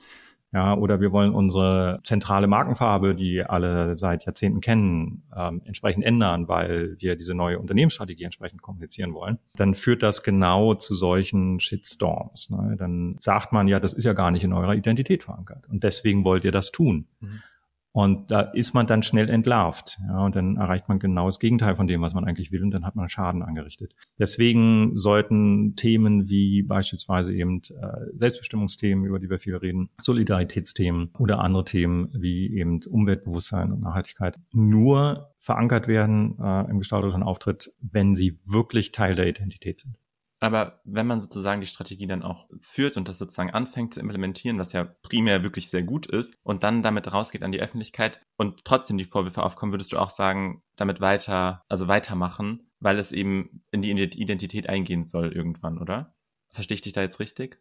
Ja, oder wir wollen unsere zentrale Markenfarbe, die alle seit Jahrzehnten kennen, ähm, entsprechend ändern, weil wir diese neue Unternehmensstrategie entsprechend kommunizieren wollen. Dann führt das genau zu solchen Shitstorms. Ne? Dann sagt man, ja, das ist ja gar nicht in eurer Identität verankert. Und deswegen wollt ihr das tun. Mhm. Und da ist man dann schnell entlarvt. Ja, und dann erreicht man genau das Gegenteil von dem, was man eigentlich will. Und dann hat man Schaden angerichtet. Deswegen sollten Themen wie beispielsweise eben äh, Selbstbestimmungsthemen, über die wir viel reden, Solidaritätsthemen oder andere Themen wie eben Umweltbewusstsein und Nachhaltigkeit nur verankert werden äh, im gestalterischen Auftritt, wenn sie wirklich Teil der Identität sind. Aber wenn man sozusagen die Strategie dann auch führt und das sozusagen anfängt zu implementieren, was ja primär wirklich sehr gut ist, und dann damit rausgeht an die Öffentlichkeit und trotzdem die Vorwürfe aufkommen, würdest du auch sagen, damit weiter, also weitermachen, weil es eben in die Identität eingehen soll irgendwann, oder? Verstehe ich dich da jetzt richtig?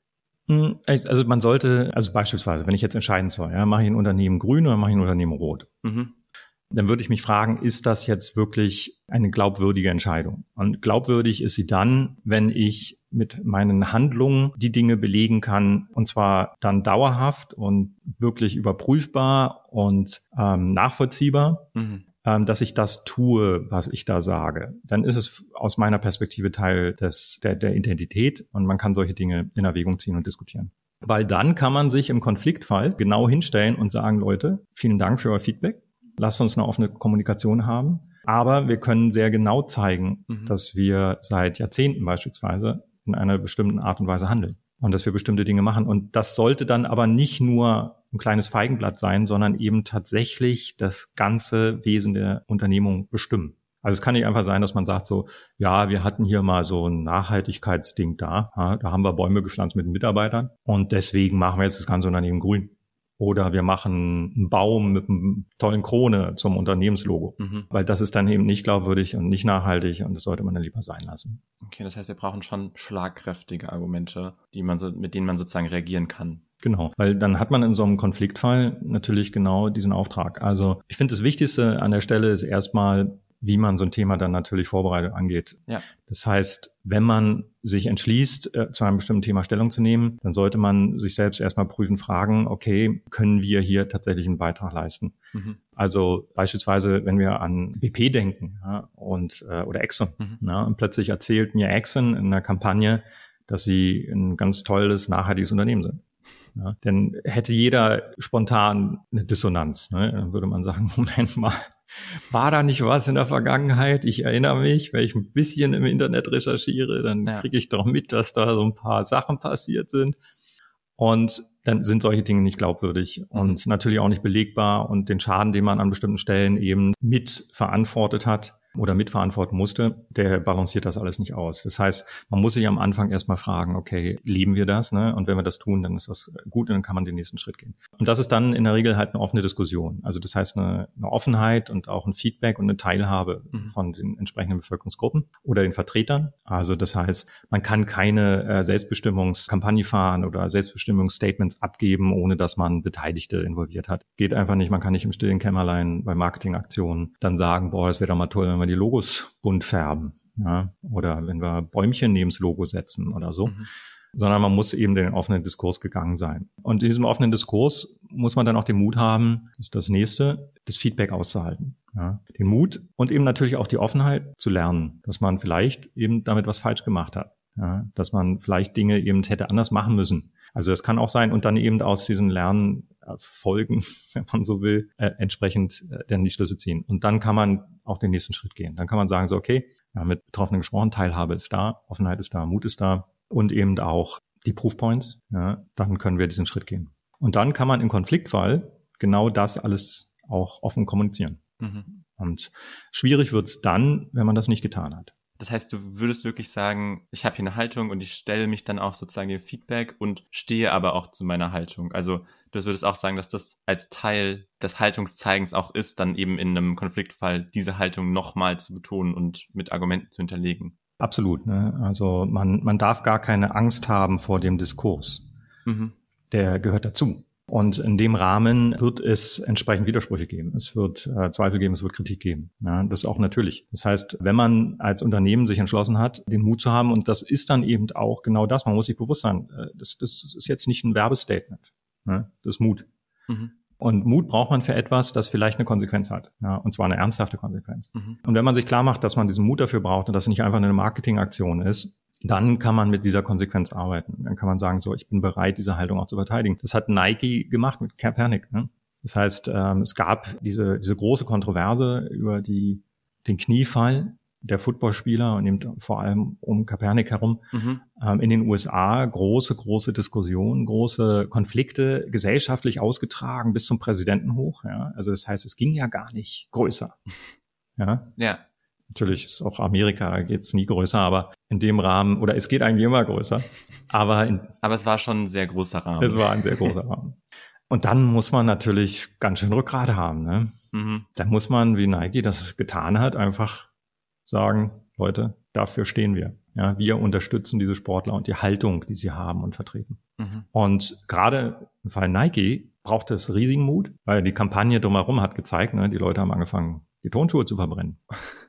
Also man sollte, also beispielsweise, wenn ich jetzt entscheiden soll, ja, mache ich ein Unternehmen grün oder mache ich ein Unternehmen rot? Mhm. Dann würde ich mich fragen, ist das jetzt wirklich eine glaubwürdige Entscheidung? Und glaubwürdig ist sie dann, wenn ich mit meinen Handlungen die Dinge belegen kann, und zwar dann dauerhaft und wirklich überprüfbar und ähm, nachvollziehbar, mhm. ähm, dass ich das tue, was ich da sage. Dann ist es aus meiner Perspektive Teil des der, der Identität und man kann solche Dinge in Erwägung ziehen und diskutieren. Weil dann kann man sich im Konfliktfall genau hinstellen und sagen, Leute, vielen Dank für euer Feedback. Lasst uns eine offene Kommunikation haben. Aber wir können sehr genau zeigen, mhm. dass wir seit Jahrzehnten beispielsweise in einer bestimmten Art und Weise handeln und dass wir bestimmte Dinge machen. Und das sollte dann aber nicht nur ein kleines Feigenblatt sein, sondern eben tatsächlich das ganze Wesen der Unternehmung bestimmen. Also es kann nicht einfach sein, dass man sagt so, ja, wir hatten hier mal so ein Nachhaltigkeitsding da. Ja, da haben wir Bäume gepflanzt mit den Mitarbeitern und deswegen machen wir jetzt das ganze Unternehmen grün. Oder wir machen einen Baum mit einem tollen Krone zum Unternehmenslogo. Mhm. Weil das ist dann eben nicht glaubwürdig und nicht nachhaltig und das sollte man dann lieber sein lassen. Okay, das heißt, wir brauchen schon schlagkräftige Argumente, die man so, mit denen man sozusagen reagieren kann. Genau, weil dann hat man in so einem Konfliktfall natürlich genau diesen Auftrag. Also ich finde, das Wichtigste an der Stelle ist erstmal, wie man so ein Thema dann natürlich vorbereitet angeht. Ja. Das heißt, wenn man sich entschließt, äh, zu einem bestimmten Thema Stellung zu nehmen, dann sollte man sich selbst erstmal prüfen, fragen, okay, können wir hier tatsächlich einen Beitrag leisten? Mhm. Also beispielsweise, wenn wir an B P denken, ja, und äh, oder Exxon, mhm. ja, und plötzlich erzählt mir Exxon in einer Kampagne, dass sie ein ganz tolles, nachhaltiges Unternehmen sind. Ja, dann hätte jeder spontan eine Dissonanz. Ne? Dann würde man sagen, Moment mal, war da nicht was in der Vergangenheit? Ich erinnere mich, wenn ich ein bisschen im Internet recherchiere, dann ja. kriege ich doch mit, dass da so ein paar Sachen passiert sind. Und dann sind solche Dinge nicht glaubwürdig mhm. und natürlich auch nicht belegbar. Und den Schaden, den man an bestimmten Stellen eben mitverantwortet hat oder mitverantworten musste, der balanciert das alles nicht aus. Das heißt, man muss sich am Anfang erstmal fragen, okay, leben wir das? Ne? Und wenn wir das tun, dann ist das gut und dann kann man den nächsten Schritt gehen. Und das ist dann in der Regel halt eine offene Diskussion. Also das heißt eine, eine Offenheit und auch ein Feedback und eine Teilhabe mhm. von den entsprechenden Bevölkerungsgruppen oder den Vertretern. Also das heißt, man kann keine äh, Selbstbestimmungskampagne fahren oder Selbstbestimmungsstatements abgeben, ohne dass man Beteiligte involviert hat. Geht einfach nicht. Man kann nicht im stillen Kämmerlein bei Marketingaktionen dann sagen, boah, das wäre doch mal toll, wenn wir die Logos bunt färben, ja, oder wenn wir Bäumchen neben das Logo setzen oder so, mhm. sondern man muss eben den offenen Diskurs gegangen sein. Und in diesem offenen Diskurs muss man dann auch den Mut haben, das ist das Nächste, das Feedback auszuhalten. Ja, den Mut und eben natürlich auch die Offenheit zu lernen, dass man vielleicht eben damit was falsch gemacht hat. Ja, dass man vielleicht Dinge eben hätte anders machen müssen. Also das kann auch sein und dann eben aus diesen Lernfolgen, wenn man so will, äh, entsprechend äh, dann die Schlüsse ziehen. Und dann kann man auch den nächsten Schritt gehen. Dann kann man sagen so, okay, wir haben mit Betroffenen gesprochen, Teilhabe ist da, Offenheit ist da, Mut ist da und eben auch die Proofpoints. Ja, dann können wir diesen Schritt gehen. Und dann kann man im Konfliktfall genau das alles auch offen kommunizieren. Mhm. Und schwierig wird's dann, wenn man das nicht getan hat. Das heißt, du würdest wirklich sagen, ich habe hier eine Haltung und ich stelle mich dann auch sozusagen dem Feedback und stehe aber auch zu meiner Haltung. Also du würdest auch sagen, dass das als Teil des Haltungszeigens auch ist, dann eben in einem Konfliktfall diese Haltung nochmal zu betonen und mit Argumenten zu hinterlegen. Absolut. Ne? Also man, man darf gar keine Angst haben vor dem Diskurs. Mhm. Der gehört dazu. Und in dem Rahmen wird es entsprechend Widersprüche geben. Es wird äh, Zweifel geben, es wird Kritik geben. Ja, das ist auch natürlich. Das heißt, wenn man als Unternehmen sich entschlossen hat, den Mut zu haben, und das ist dann eben auch genau das, man muss sich bewusst sein, äh, das, das ist jetzt nicht ein Werbestatement. Ne? Das ist Mut. Mhm. Und Mut braucht man für etwas, das vielleicht eine Konsequenz hat. Ja, und zwar eine ernsthafte Konsequenz. Mhm. Und wenn man sich klar macht, dass man diesen Mut dafür braucht und dass es nicht einfach eine Marketingaktion ist, dann kann man mit dieser Konsequenz arbeiten. Dann kann man sagen, so, ich bin bereit, diese Haltung auch zu verteidigen. Das hat Nike gemacht mit Kaepernick. Ne? Das heißt, ähm, es gab diese, diese große Kontroverse über die, den Kniefall der Footballspieler und eben vor allem um Kaepernick herum, mhm. ähm, in den U S A große, große Diskussionen, große Konflikte, gesellschaftlich ausgetragen bis zum Präsidenten hoch. Ja? Also das heißt, es ging ja gar nicht größer. Ja. Ja. Natürlich ist auch Amerika geht's nie größer, aber in dem Rahmen, oder es geht eigentlich immer größer. Aber, in, aber es war schon ein sehr großer Rahmen. Es war ein sehr großer Rahmen. Und dann muss man natürlich ganz schön Rückgrat haben. Ne? Mhm. Dann muss man, wie Nike das getan hat, einfach sagen, Leute, dafür stehen wir. Ja, wir unterstützen diese Sportler und die Haltung, die sie haben und vertreten. Mhm. Und gerade im Fall Nike braucht es riesigen Mut, weil die Kampagne drumherum hat gezeigt, ne, die Leute haben angefangen, die Turnschuhe zu verbrennen.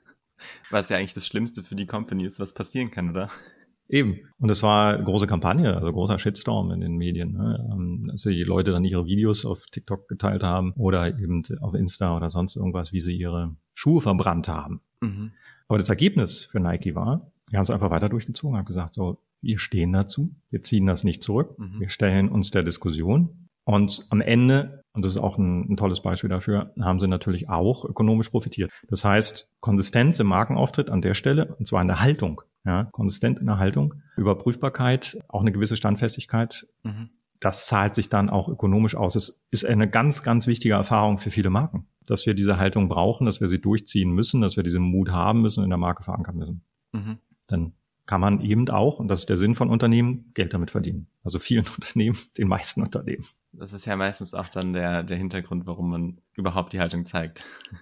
Was ja eigentlich das Schlimmste für die Company ist, was passieren kann, oder? Eben. Und es war eine große Kampagne, also großer Shitstorm in den Medien, ne? Dass die Leute dann ihre Videos auf TikTok geteilt haben oder eben auf Insta oder sonst irgendwas, wie sie ihre Schuhe verbrannt haben. Mhm. Aber das Ergebnis für Nike war, wir haben es einfach weiter durchgezogen, haben gesagt, so, wir stehen dazu, wir ziehen das nicht zurück, mhm. wir stellen uns der Diskussion und am Ende, und das ist auch ein, ein tolles Beispiel dafür, haben sie natürlich auch ökonomisch profitiert. Das heißt, Konsistenz im Markenauftritt an der Stelle, und zwar in der Haltung, ja, konsistent in der Haltung, Überprüfbarkeit, auch eine gewisse Standfestigkeit, mhm. das zahlt sich dann auch ökonomisch aus. Es ist eine ganz, ganz wichtige Erfahrung für viele Marken, dass wir diese Haltung brauchen, dass wir sie durchziehen müssen, dass wir diesen Mut haben müssen und in der Marke verankern müssen. Mhm. Dann kann man eben auch, und das ist der Sinn von Unternehmen, Geld damit verdienen. Also vielen Unternehmen, den meisten Unternehmen. Das ist ja meistens auch dann der, der Hintergrund, warum man überhaupt die Haltung zeigt.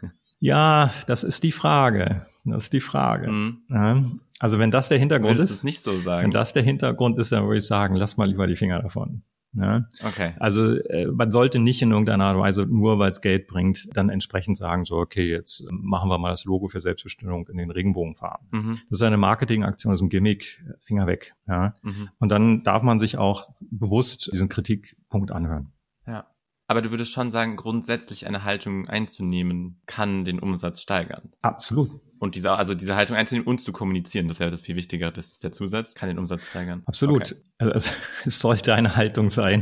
Ja, das ist die Frage. Das ist die Frage. Mhm. Ja, also wenn das der Hintergrund Würdest ist, du es nicht so sagen? Wenn das der Hintergrund ist, dann würde ich sagen, lass mal lieber die Finger davon. Ja? Okay. Also äh, man sollte nicht in irgendeiner Art und Weise, nur weil es Geld bringt, dann entsprechend sagen, so okay, jetzt machen wir mal das Logo für Selbstbestimmung in den Regenbogenfarben. Mhm. Das ist eine Marketingaktion, das ist ein Gimmick, Finger weg. Ja? Mhm. Und dann darf man sich auch bewusst diesen Kritikpunkt anhören. Ja. Aber du würdest schon sagen, grundsätzlich eine Haltung einzunehmen, kann den Umsatz steigern. Absolut. Und diese, also diese Haltung einzunehmen und zu kommunizieren, das wäre das viel wichtiger, das ist der Zusatz, kann den Umsatz steigern. Absolut. Okay. Also es sollte eine Haltung sein,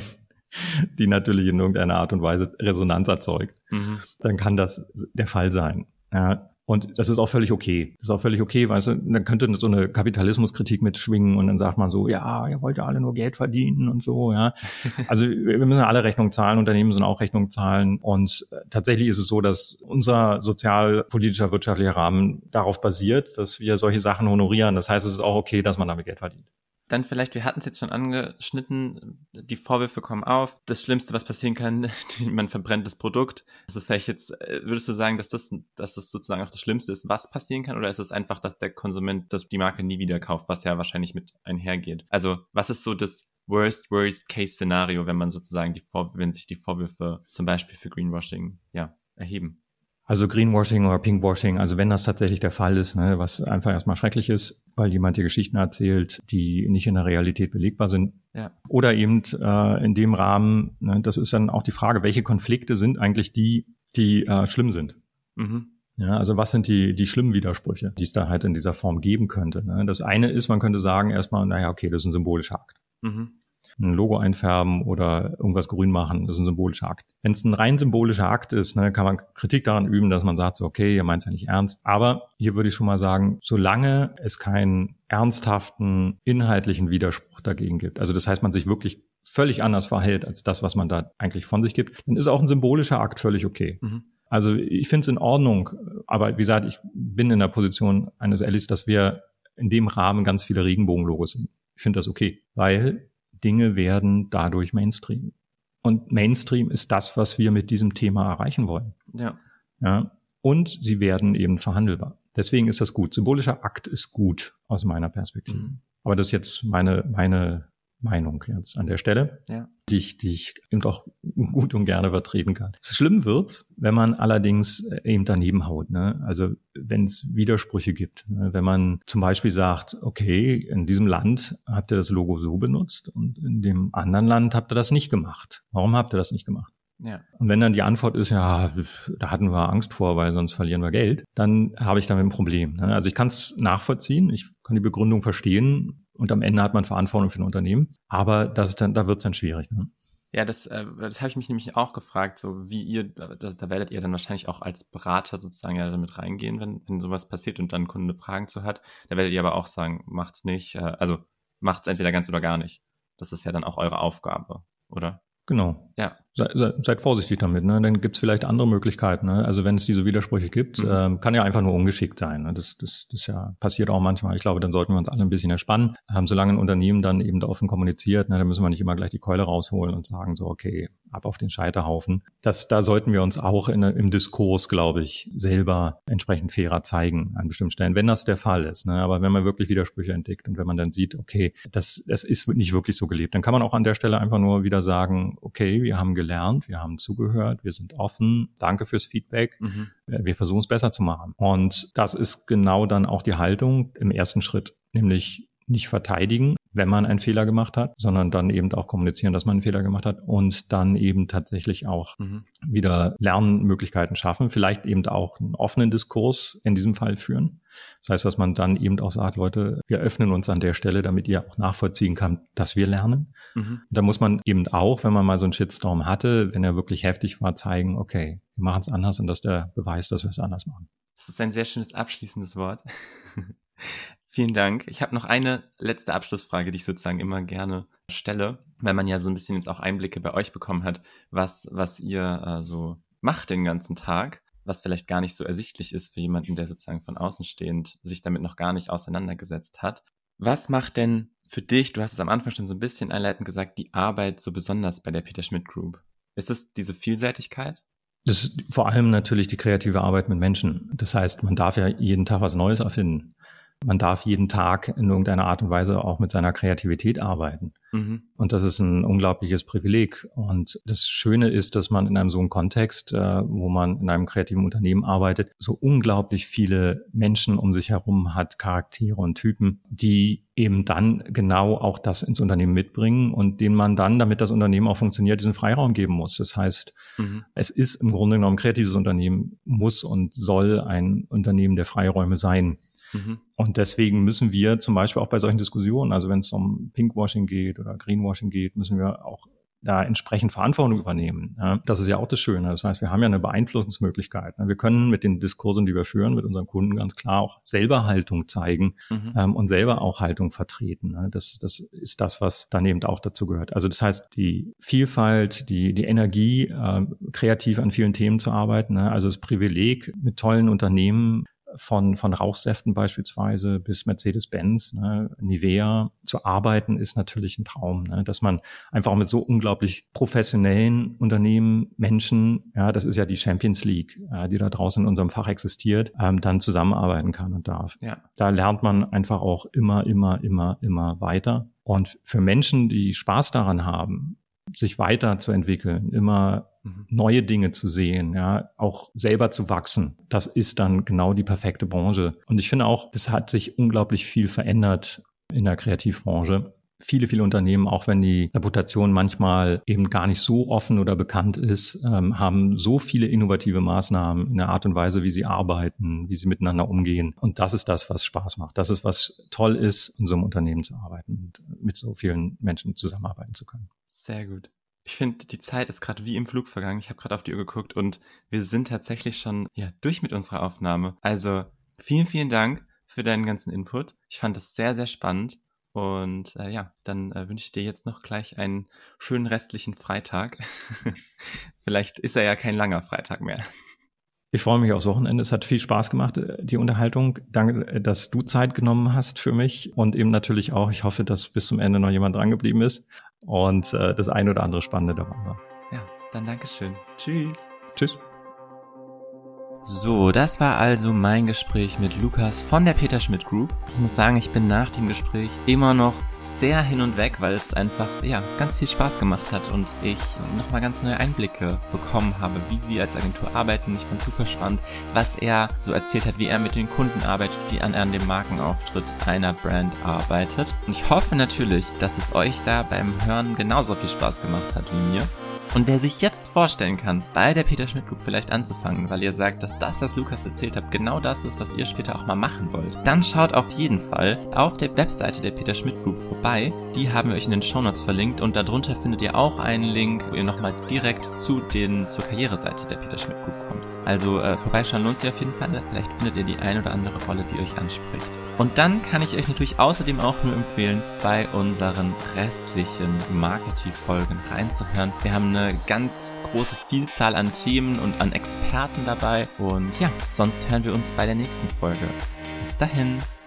die natürlich in irgendeiner Art und Weise Resonanz erzeugt. Mhm. Dann kann das der Fall sein. Ja. Und das ist auch völlig okay. Das ist auch völlig okay, weißt du, dann könnte so eine Kapitalismuskritik mitschwingen und dann sagt man so, ja, ihr wollt ja alle nur Geld verdienen und so, ja. Also wir müssen ja alle Rechnungen zahlen, Unternehmen müssen auch Rechnungen zahlen und tatsächlich ist es so, dass unser sozialpolitischer, wirtschaftlicher Rahmen darauf basiert, dass wir solche Sachen honorieren. Das heißt, es ist auch okay, dass man damit Geld verdient. Dann vielleicht, wir hatten es jetzt schon angeschnitten, die Vorwürfe kommen auf. Das Schlimmste, was passieren kann, man verbrennt das Produkt. Das ist vielleicht jetzt, würdest du sagen, dass das, dass das sozusagen auch das Schlimmste ist, was passieren kann? Oder ist es einfach, dass der Konsument dass die Marke nie wieder kauft, was ja wahrscheinlich mit einhergeht? Also was ist so das Worst, Worst Case Szenario, wenn man sozusagen die Vor- wenn sich die Vorwürfe zum Beispiel für Greenwashing, ja, erheben? Also Greenwashing oder Pinkwashing, also wenn das tatsächlich der Fall ist, ne, was einfach erstmal schrecklich ist, weil jemand dir Geschichten erzählt, die nicht in der Realität belegbar sind. Ja. Oder eben äh, in dem Rahmen, ne, das ist dann auch die Frage, welche Konflikte sind eigentlich die, die äh, schlimm sind. Mhm. Ja, also was sind die die schlimmen Widersprüche, die es da halt in dieser Form geben könnte. Ne? Das eine ist, man könnte sagen erstmal, naja, okay, das ist ein symbolischer Akt. Mhm. Ein Logo einfärben oder irgendwas grün machen, das ist ein symbolischer Akt. Wenn es ein rein symbolischer Akt ist, ne, kann man Kritik daran üben, dass man sagt, so, okay, ihr meint es ja nicht ernst. Aber hier würde ich schon mal sagen, solange es keinen ernsthaften, inhaltlichen Widerspruch dagegen gibt, also das heißt, man sich wirklich völlig anders verhält als das, was man da eigentlich von sich gibt, dann ist auch ein symbolischer Akt völlig okay. Mhm. Also ich finde es in Ordnung, aber wie gesagt, ich bin in der Position eines Allies, dass wir in dem Rahmen ganz viele Regenbogenlogos sehen. Ich finde das okay, weil Dinge werden dadurch Mainstream. Und Mainstream ist das, was wir mit diesem Thema erreichen wollen. Ja. Ja. Und sie werden eben verhandelbar. Deswegen ist das gut. Symbolischer Akt ist gut aus meiner Perspektive. Mhm. Aber das ist jetzt meine, meine Meinung jetzt an der Stelle, ja. die ich, die ich eben auch gut und gerne vertreten kann. Schlimm wird's, wenn man allerdings eben daneben haut, ne? Also wenn es Widersprüche gibt, ne? Wenn man zum Beispiel sagt, okay, in diesem Land habt ihr das Logo so benutzt und in dem anderen Land habt ihr das nicht gemacht. Warum habt ihr das nicht gemacht? Ja. Und wenn dann die Antwort ist, ja, da hatten wir Angst vor, weil sonst verlieren wir Geld, dann habe ich damit ein Problem. Also ich kann es nachvollziehen, ich kann die Begründung verstehen und am Ende hat man Verantwortung für ein Unternehmen, aber das ist dann, da wird es dann schwierig. Ne? Ja, das, äh, das habe ich mich nämlich auch gefragt, so wie ihr, das, da werdet ihr dann wahrscheinlich auch als Berater sozusagen ja damit reingehen, wenn, wenn sowas passiert und dann ein Kunde Fragen zu hat. Da werdet ihr aber auch sagen, macht's nicht, äh, also macht's entweder ganz oder gar nicht. Das ist ja dann auch eure Aufgabe, oder? Genau. Ja. Sei, sei, seid vorsichtig damit, ne? Dann gibt's vielleicht andere Möglichkeiten. Ne? Also wenn es diese Widersprüche gibt, mhm. ähm, kann ja einfach nur ungeschickt sein. Ne? Das, das, das ja passiert auch manchmal. Ich glaube, dann sollten wir uns alle ein bisschen entspannen. Ähm, solange ein Unternehmen dann eben offen kommuniziert, ne, dann müssen wir nicht immer gleich die Keule rausholen und sagen so, okay, ab auf den Scheiterhaufen. Das, da sollten wir uns auch in, im Diskurs, glaube ich, selber entsprechend fairer zeigen an bestimmten Stellen, wenn das der Fall ist. Ne? Aber wenn man wirklich Widersprüche entdeckt und wenn man dann sieht, okay, das, das ist nicht wirklich so gelebt, dann kann man auch an der Stelle einfach nur wieder sagen, okay, wir haben gelernt, wir haben zugehört, wir sind offen, danke fürs Feedback, mhm. wir versuchen es besser zu machen. Und das ist genau dann auch die Haltung im ersten Schritt, nämlich nicht verteidigen, wenn man einen Fehler gemacht hat, sondern dann eben auch kommunizieren, dass man einen Fehler gemacht hat und dann eben tatsächlich auch mhm. wieder Lernmöglichkeiten schaffen, vielleicht eben auch einen offenen Diskurs in diesem Fall führen. Das heißt, dass man dann eben auch sagt, Leute, wir öffnen uns an der Stelle, damit ihr auch nachvollziehen kann, dass wir lernen. Mhm. Da muss man eben auch, wenn man mal so einen Shitstorm hatte, wenn er wirklich heftig war, zeigen, okay, wir machen es anders und das ist der Beweis, dass wir es anders machen. Das ist ein sehr schönes abschließendes Wort. Vielen Dank. Ich habe noch eine letzte Abschlussfrage, die ich sozusagen immer gerne stelle, weil man ja so ein bisschen jetzt auch Einblicke bei euch bekommen hat, was was ihr äh, so macht den ganzen Tag, was vielleicht gar nicht so ersichtlich ist für jemanden, der sozusagen von außen stehend sich damit noch gar nicht auseinandergesetzt hat. Was macht denn für dich, du hast es am Anfang schon so ein bisschen einleitend gesagt, die Arbeit so besonders bei der Peter Schmidt Group? Ist es diese Vielseitigkeit? Das ist vor allem natürlich die kreative Arbeit mit Menschen. Das heißt, man darf ja jeden Tag was Neues erfinden. Man darf jeden Tag in irgendeiner Art und Weise auch mit seiner Kreativität arbeiten. Mhm. Und das ist ein unglaubliches Privileg. Und das Schöne ist, dass man in einem so einem Kontext, äh, wo man in einem kreativen Unternehmen arbeitet, so unglaublich viele Menschen um sich herum hat, Charaktere und Typen, die eben dann genau auch das ins Unternehmen mitbringen und denen man dann, damit das Unternehmen auch funktioniert, diesen Freiraum geben muss. Das heißt, mhm. es ist im Grunde genommen ein kreatives Unternehmen, muss und soll ein Unternehmen der Freiräume sein. Mhm. Und deswegen müssen wir zum Beispiel auch bei solchen Diskussionen, also wenn es um Pinkwashing geht oder Greenwashing geht, müssen wir auch da entsprechend Verantwortung übernehmen. Ja, das ist ja auch das Schöne. Das heißt, wir haben ja eine Beeinflussungsmöglichkeit. Wir können mit den Diskursen, die wir führen, mit unseren Kunden ganz klar auch selber Haltung zeigen mhm. ähm, und selber auch Haltung vertreten. Das, das ist das, was dann eben auch dazu gehört. Also das heißt, die Vielfalt, die, die Energie, äh, kreativ an vielen Themen zu arbeiten, ne? Also das Privileg, mit tollen Unternehmen von von Rauchsäften beispielsweise bis Mercedes-Benz, ne, Nivea zu arbeiten, ist natürlich ein Traum, ne, dass man einfach mit so unglaublich professionellen Unternehmen, Menschen, ja, das ist ja die Champions League, ja, die da draußen in unserem Fach existiert, ähm, dann zusammenarbeiten kann und darf. Ja. Da lernt man einfach auch immer, immer, immer, immer weiter. Und für Menschen, die Spaß daran haben, sich weiterzuentwickeln, immer mhm. neue Dinge zu sehen, ja, auch selber zu wachsen. Das ist dann genau die perfekte Branche. Und ich finde auch, es hat sich unglaublich viel verändert in der Kreativbranche. Viele, viele Unternehmen, auch wenn die Reputation manchmal eben gar nicht so offen oder bekannt ist, ähm, haben so viele innovative Maßnahmen in der Art und Weise, wie sie arbeiten, wie sie miteinander umgehen. Und das ist das, was Spaß macht. Das ist, was toll ist, in so einem Unternehmen zu arbeiten und mit so vielen Menschen zusammenarbeiten zu können. Sehr gut. Ich finde, die Zeit ist gerade wie im Flug vergangen. Ich habe gerade auf die Uhr geguckt und wir sind tatsächlich schon ja durch mit unserer Aufnahme. Also vielen, vielen Dank für deinen ganzen Input. Ich fand das sehr, sehr spannend. Und äh, ja, dann äh, wünsche ich dir jetzt noch gleich einen schönen restlichen Freitag. Vielleicht ist er ja kein langer Freitag mehr. Ich freue mich aufs Wochenende. Es hat viel Spaß gemacht, die Unterhaltung. Danke, dass du Zeit genommen hast für mich und eben natürlich auch, ich hoffe, dass bis zum Ende noch jemand dran geblieben ist und äh, das ein oder andere Spannende dabei war. Ja, dann Dankeschön. Tschüss. Tschüss. So, das war also mein Gespräch mit Lukas von der Peter Schmidt Group. Ich muss sagen, ich bin nach dem Gespräch immer noch sehr hin und weg, weil es einfach, ja, ganz viel Spaß gemacht hat und ich nochmal ganz neue Einblicke bekommen habe, wie sie als Agentur arbeiten. Ich fand super spannend, was er so erzählt hat, wie er mit den Kunden arbeitet, wie er an dem Markenauftritt einer Brand arbeitet. Und ich hoffe natürlich, dass es euch da beim Hören genauso viel Spaß gemacht hat wie mir. Und wer sich jetzt vorstellen kann, bei der Peter Schmidt Group vielleicht anzufangen, weil ihr sagt, dass das, was Lukas erzählt hat, genau das ist, was ihr später auch mal machen wollt, dann schaut auf jeden Fall auf der Webseite der Peter Schmidt Group vorbei. Die haben wir euch in den Shownotes verlinkt und darunter findet ihr auch einen Link, wo ihr nochmal direkt zu den, zur Karriereseite der Peter Schmidt Group kommt. Also äh, vorbeischauen lohnt sich auf jeden Fall. Vielleicht findet ihr die ein oder andere Rolle, die euch anspricht. Und dann kann ich euch natürlich außerdem auch nur empfehlen, bei unseren restlichen Marketing-Folgen reinzuhören. Wir haben eine ganz große Vielzahl an Themen und an Experten dabei. Und ja, sonst hören wir uns bei der nächsten Folge. Bis dahin.